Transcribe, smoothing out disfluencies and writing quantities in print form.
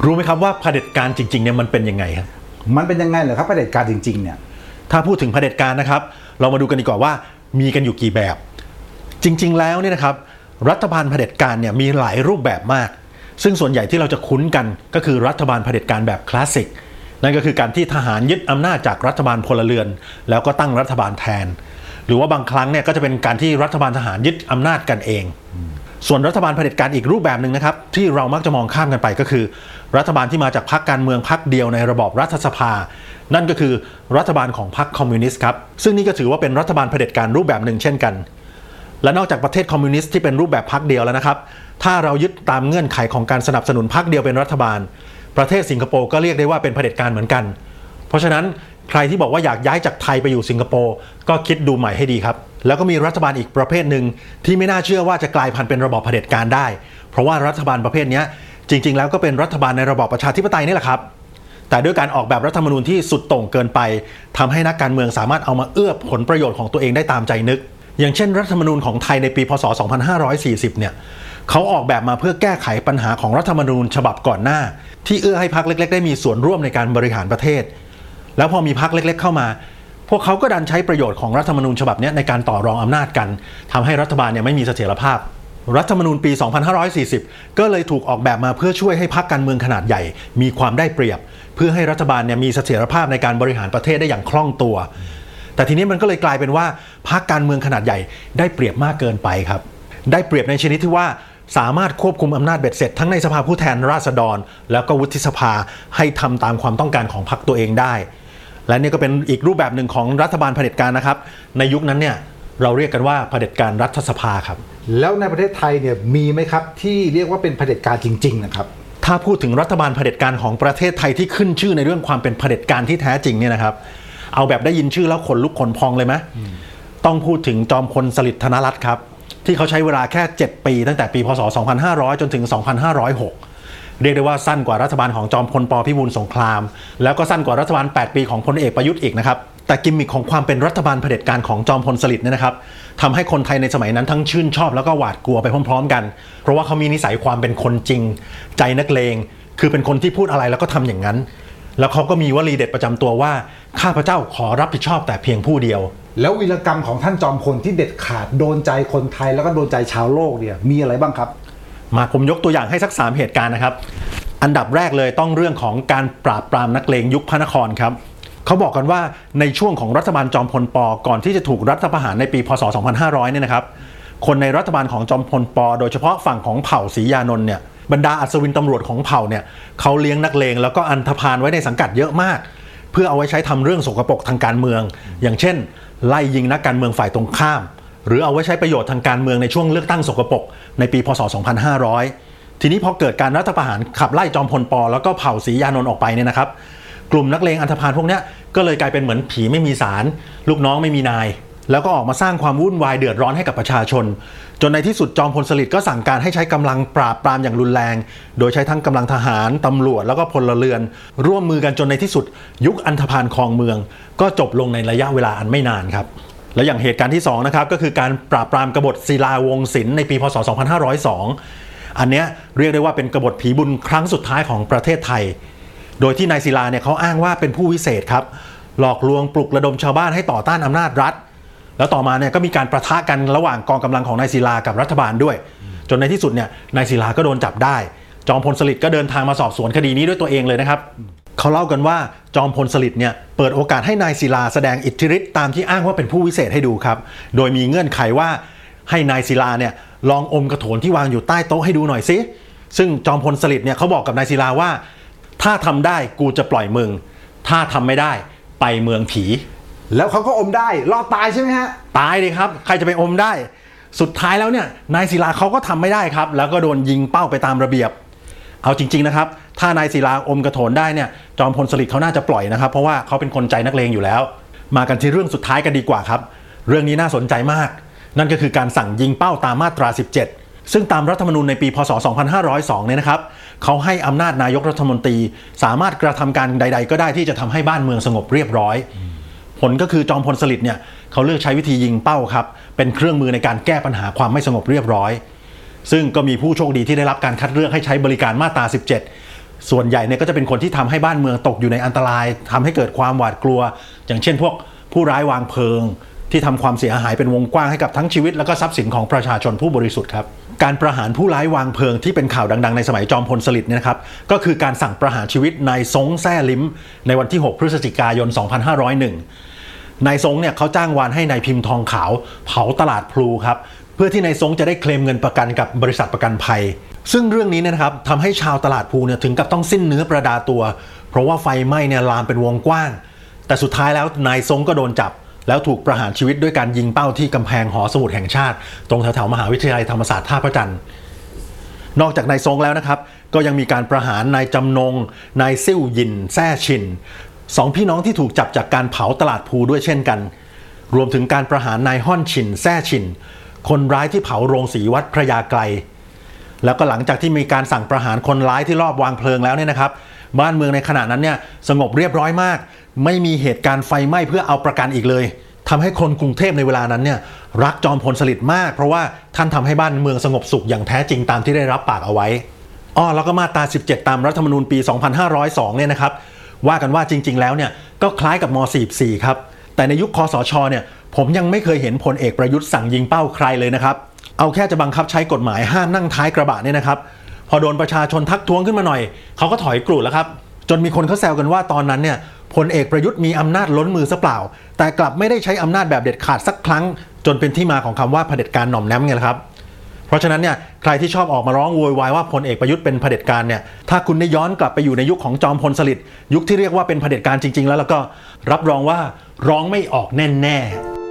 รู้ไหมครับว่าเผด็จการจริงๆเนี่ยมันเป็นยังไงครับมันเป็นยังไงเหรอครับเผด็จการจริงๆเนี่ยถ้าพูดถึงเผด็จการนะครับเรามาดูกันดีกว่าว่ามีกันอยู่กี่แบบจริงๆแล้วเนี่ยนะครับรัฐบาลเผด็จการเนี่ยมีหลายรูปแบบมากซึ่งส่วนใหญ่ที่เราจะคุ้นกันก็คือรัฐบาลเผด็จการแบบคลาสสิกนั่นก็คือการที่ทหารยึดอำนาจจากรัฐบาลพลเรือนแล้วก็ตั้งรัฐบาลแทนหรือว่าบางครั้งเนี่ยก็จะเป็นการที่รัฐบาลทหารยึดอำนาจกันเองส่วนรัฐบาลเผด็จการอีกรูปแบบหนึ่งนะครับที่เรามักจะมองข้ามกันไปก็คือรัฐบาลที่มาจากพรรคการเมืองพรรคเดียวในระบอบรัฐสภานั่นก็คือรัฐบาลของพรรคคอมมิวนิสต์ครับซึ่งนี่ก็ถือว่าเป็นรัฐบาลเผด็จการรูปแบบหนึ่งเช่นกันและนอกจากประเทศคอมมิวนิสต์ที่เป็นรูปแบบพรรคเดียวแล้วนะครับถ้าเรายึดตามเงื่อนไขของการสนับสนุนพรรคเดียวเป็นรัฐบาลประเทศสิงคโปร์ก็เรียกได้ว่าเป็นเผด็จการเหมือนกันเพราะฉะนั้นใครที่บอกว่าอยากย้ายจากไทยไปอยู่สิงคโปร์ก็คิดดูใหม่ให้ดีครับแล้วก็มีรัฐบาลอีกประเภทหนึ่งที่ไม่น่าเชื่อว่าจะกลายพันธุ์เป็นระบอบเผด็จการได้เพราะว่ารัฐบาลประเภทนี้จริงๆแล้วก็เป็นรัฐบาลในระบอบประชาธิปไตยนี่แหละครับแต่ด้วยการออกแบบรัฐธรรมนูญที่สุดโต่งเกินไปทำให้นักการเมืองสามารถเอามาเอื้อผลประโยชน์ของตัวเองได้ตามใจนึกอย่างเช่นรัฐธรรมนูญของไทยในปีพ.ศ. 2540เนี่ยเขาออกแบบมาเพื่อแก้ไขปัญหาของรัฐธรรมนูญฉบับก่อนหน้าที่เอื้อให้พรรคเล็กๆได้มีส่วนร่วมในการบริหารประเทศแล้วพอมีพรรคเล็กๆเข้ามาพวกเขาก็ดันใช้ประโยชน์ของรัฐธรรมนูญฉบับนี้ในการต่อรองอำนาจกันทำให้รัฐบาลเนี่ยไม่มีเสถียรภาพรัฐธรรมนูญปี 2540 ก็เลยถูกออกแบบมาเพื่อช่วยให้พรรคการเมืองขนาดใหญ่มีความได้เปรียบเพื่อให้รัฐบาลเนี่ยมีเสถียรภาพในการบริหารประเทศได้อย่างคล่องตัวแต่ทีนี้มันก็เลยกลายเป็นว่าพรรคการเมืองขนาดใหญ่ได้เปรียบมากเกินไปครับได้เปรียบในชนิดที่ว่าสามารถควบคุมอำนาจเบ็ดเสร็จทั้งในสภาผู้แทนราษฎรแล้วก็วุฒิสภาให้ทำตามความต้องการของพรรคตัวเองได้และนี่ก็เป็นอีกรูปแบบหนึ่งของรัฐบาลเผด็จการนะครับในยุคนั้นเนี่ยเราเรียกกันว่าเผด็จการรัฐสภาครับแล้วในประเทศไทยเนี่ยมีไหมครับที่เรียกว่าเป็นเผด็จการจริงๆนะครับถ้าพูดถึงรัฐบาลเผด็จการของประเทศไทยที่ขึ้นชื่อในเรื่องความเป็นเผด็จการที่แท้จริงเนี่ยนะครับเอาแบบได้ยินชื่อแล้วขนลุกขนพองเลยไหมต้องพูดถึงจอมพลสฤษดิ์ธนรัตน์ครับที่เขาใช้เวลาแค่7 ปีตั้งแต่ปีพ.ศ. 2500 จนถึง 2506 เรียกได้ว่าสั้นกว่ารัฐบาลของจอมพลป.พิบูลสงครามแล้วก็สั้นกว่ารัฐบาล8 ปีของพลเอกประยุทธ์อีกนะครับแต่กิมมิคของความเป็นรัฐบาลเผด็จการของจอมพลสฤษดิ์เนี่ยนะครับทำให้คนไทยในสมัยนั้นทั้งชื่นชอบแล้วก็หวาดกลัวไปพร้อมๆกันเพราะว่าเขามีนิสัยความเป็นคนจริงใจนักเลงคือเป็นคนที่พูดอะไรแล้วก็ทำอย่างนั้นแล้วเขาก็มีวลีเด็ดประจำตัวว่าข้าพเจ้าขอรับผิดชอบแต่เพียงผู้เดียวแล้ววีรกรรมของท่านจอมพลที่เด็ดขาดโดนใจคนไทยแล้วก็โดนใจชาวโลกเนี่ยมีอะไรบ้างครับมาผมยกตัวอย่างให้สัก3เหตุการณ์นะครับอันดับแรกเลยต้องเรื่องของการปราบปรามนักเลงยุคพระนครครับเขาบอกกันว่าในช่วงของรัฐบาลจอมพลป.ก่อนที่จะถูกรัฐประหารในปีพ.ศ. 2500เนี่ยนะครับคนในรัฐบาลของจอมพลป.โดยเฉพาะฝั่งของเผ่าศรียานนท์เนี่ยบรรดาอัศวินตำรวจของเผ่าเนี่ยเขาเลี้ยงนักเลงแล้วก็อันธพาลไว้ในสังกัดเยอะมากเพื่อเอาไว้ใช้ทำเรื่องสกปรกทางการเมืองอย่างเช่นไล่ยิงนักการเมืองฝ่ายตรงข้ามหรือเอาไว้ใช้ประโยชน์ทางการเมืองในช่วงเลือกตั้งสกปรกในปีพ.ศ. 2500ทีนี้พอเกิดการรัฐประหารขับไล่จอมพลป.แล้วก็เผ่าศรียานนท์ออกไปเนี่ยนะครับกลุ่มนักเลงอันธพาลพวกนี้ก็เลยกลายเป็นเหมือนผีไม่มีศาลลูกน้องไม่มีนายแล้วก็ออกมาสร้างความวุ่นวายเดือดร้อนให้กับประชาชนจนในที่สุดจอมพลสฤษดิ์ก็สั่งการให้ใช้กำลังปราบปรามอย่างรุนแรงโดยใช้ทั้งกำลังทหารตำรวจแล้วก็พลเรือนร่วมมือกันจนในที่สุดยุคอันธพาลครองเมืองก็จบลงในระยะเวลาอันไม่นานครับและอย่างเหตุการณ์ที่2นะครับก็คือการปราบปรามกบฏศิลาวงศ์ศิลป์ในปีพ.ศ. 2502อันเนี้ยเรียกได้ว่าเป็นกบฏผีบุญครั้งสุดท้ายของประเทศไทยโดยที่นายศิลาเนี่ยเขาอ้างว่าเป็นผู้วิเศษครับหลอกลวงปลุกระดมชาวบ้านให้ต่อต้านอำนาจรัฐแล้วต่อมาเนี่ยก็มีการประทะกันระหว่างกองกำลังของนายศิลากับรัฐบาลด้วยจนในที่สุดเนี่ยนายศิลาก็โดนจับได้จอมพลสฤษดิ์ก็เดินทางมาสอบสวนคดีนี้ด้วยตัวเองเลยนะครับเขาเล่ากันว่าจอมพลสฤษดิ์เนี่ยเปิดโอกาสให้นายศิลาแสดงอิทธิฤทธิ์ตามที่อ้างว่าเป็นผู้วิเศษให้ดูครับโดยมีเงื่อนไขว่าให้นายศิลาเนี่ยลองอมกระโถนที่วางอยู่ใต้โต๊ะให้ดูหน่อยสิซึ่งจอมพลสฤษดิ์เนี่ยเขาบอกกับนายศิลาว่าถ้าทำได้กูจะปล่อยมึงถ้าทำไม่ได้ไปเมืองผีแล้วเขาก็อมได้รอดตายใช่ไหมฮะตายเลยครับใครจะไปอมได้สุดท้ายแล้วเนี่ยนายศิลาเขาก็ทำไม่ได้ครับแล้วก็โดนยิงเป้าไปตามระเบียบเอาจริงๆนะครับถ้านายศิลาอมกระโถนได้เนี่ยจอมพลสฤษดิ์เขาน่าจะปล่อยนะครับเพราะว่าเขาเป็นคนใจนักเลงอยู่แล้วมากันที่เรื่องสุดท้ายกันดีกว่าครับเรื่องนี้น่าสนใจมากนั่นก็คือการสั่งยิงเป้าตามมาตรา17ซึ่งตามรัฐธรรมนูญในปีพ.ศ. 2502เนี่ยนะครับเขาให้อำนาจนายกรัฐมนตรีสามารถกระทำการใดๆก็ได้ที่จะทำให้บ้านเมืองสงบเรียบร้อยผลก็คือจอมพลสฤษดิ์เนี่ยเขาเลือกใช้วิธียิงเป้าครับเป็นเครื่องมือในการแก้ปัญหาความไม่สงบเรียบร้อยซึ่งก็มีผู้โชคดีที่ได้รับการคัดเลือกให้ใช้บริการมาตรา17 ส่วนใหญ่เนี่ยก็จะเป็นคนที่ทำให้บ้านเมืองตกอยู่ในอันตรายทำให้เกิดความหวาดกลัวอย่างเช่นพวกผู้ร้ายวางเพลิงที่ทำความเสียหายเป็นวงกว้างให้กับทั้งชีวิตและก็ทรัพย์สินของประชาชนผู้บริสุทธิ์ครับการประหารผู้ร้ายวางเพลิงที่เป็นข่าวดังๆในสมัยจอมพลสฤษดิ์เนี่ยนะครับก็คือการสั่งประหารชีวิตนายซงแซ่ลิ้มในวันที่ 6 พฤศจิกายน 2501 นายซงเนี่ยเขาจ้างวานให้นายพิมพ์ทองขาวเผาตลาดพลูครับเพื่อที่นายซงจะได้เคลมเงินประกันกับบริษัทประกันภัยซึ่งเรื่องนี้เนี่ยนะครับทำให้ชาวตลาดพลูเนี่ยถึงกับต้องสิ้นเนื้อประดาตัวเพราะว่าไฟไหม้เนี่ยลามเป็นวงกว้างแต่สุดท้ายแล้วนายซงก็โดนจับแล้วถูกประหารชีวิตด้วยการยิงเป้าที่กำแพงหอสมุดแห่งชาติตรงแถวๆมหาวิทยาลัยธรรมศาสตร์ท่าพระจันทร์นอกจากนายซงแล้วนะครับก็ยังมีการประหารนายจำนงนายซิ่วยินแซ่ชินสองพี่น้องที่ถูกจับจากการเผาตลาดพลูด้วยเช่นกันรวมถึงการประหารนายฮ่อนชินแซ่ชินคนร้ายที่เผาโรงสีวัดพระยาไกรแล้วก็หลังจากที่มีการสั่งประหารคนร้ายที่ลอบวางเพลิงแล้วเนี่ยนะครับบ้านเมืองในขณะนั้นเนี่ยสงบเรียบร้อยมากไม่มีเหตุการณ์ไฟไหม้เพื่อเอาประกันอีกเลยทำให้คนกรุงเทพในเวลานั้นเนี่ยรักจอมพลสฤษดิ์มากเพราะว่าท่านทำให้บ้านเมืองสงบสุขอย่างแท้จริงตามที่ได้รับปากเอาไว้แล้วก็มาตรา 17 ตามรัฐธรรมนูญปี 2502 เนี่ยนะครับว่ากันว่าจริงๆแล้วเนี่ยก็คล้ายกับม.44 ครับแต่ในยุคคสช.เนี่ยผมยังไม่เคยเห็นพลเอกประยุทธ์สั่งยิงเป้าใครเลยนะครับเอาแค่จะบังคับใช้กฎหมายห้ามนั่งท้ายกระบะเนี่ยนะครับพอโดนประชาชนทักท้วงขึ้นมาหน่อยเขาก็ถอยกรูดแล้วครับจนมีคนเขาแซวกันว่าตอนนั้นเนี่ยพลเอกประยุทธ์มีอำนาจล้นมือซะเปล่าแต่กลับไม่ได้ใช้อำนาจแบบเด็ดขาดสักครั้งจนเป็นที่มาของคำว่าเผด็จการหน่อมแนมไงล่ะครับเพราะฉะนั้นเนี่ยใครที่ชอบออกมาร้องโวยวายว่าพลเอกประยุทธ์เป็นเผด็จการเนี่ยถ้าคุณได้ย้อนกลับไปอยู่ในยุคของจอมพลสฤษดิ์ยุคที่เรียกว่าเป็นเผด็จการจริงๆแล้วก็รับรองว่าร้องไม่ออกแน่ๆ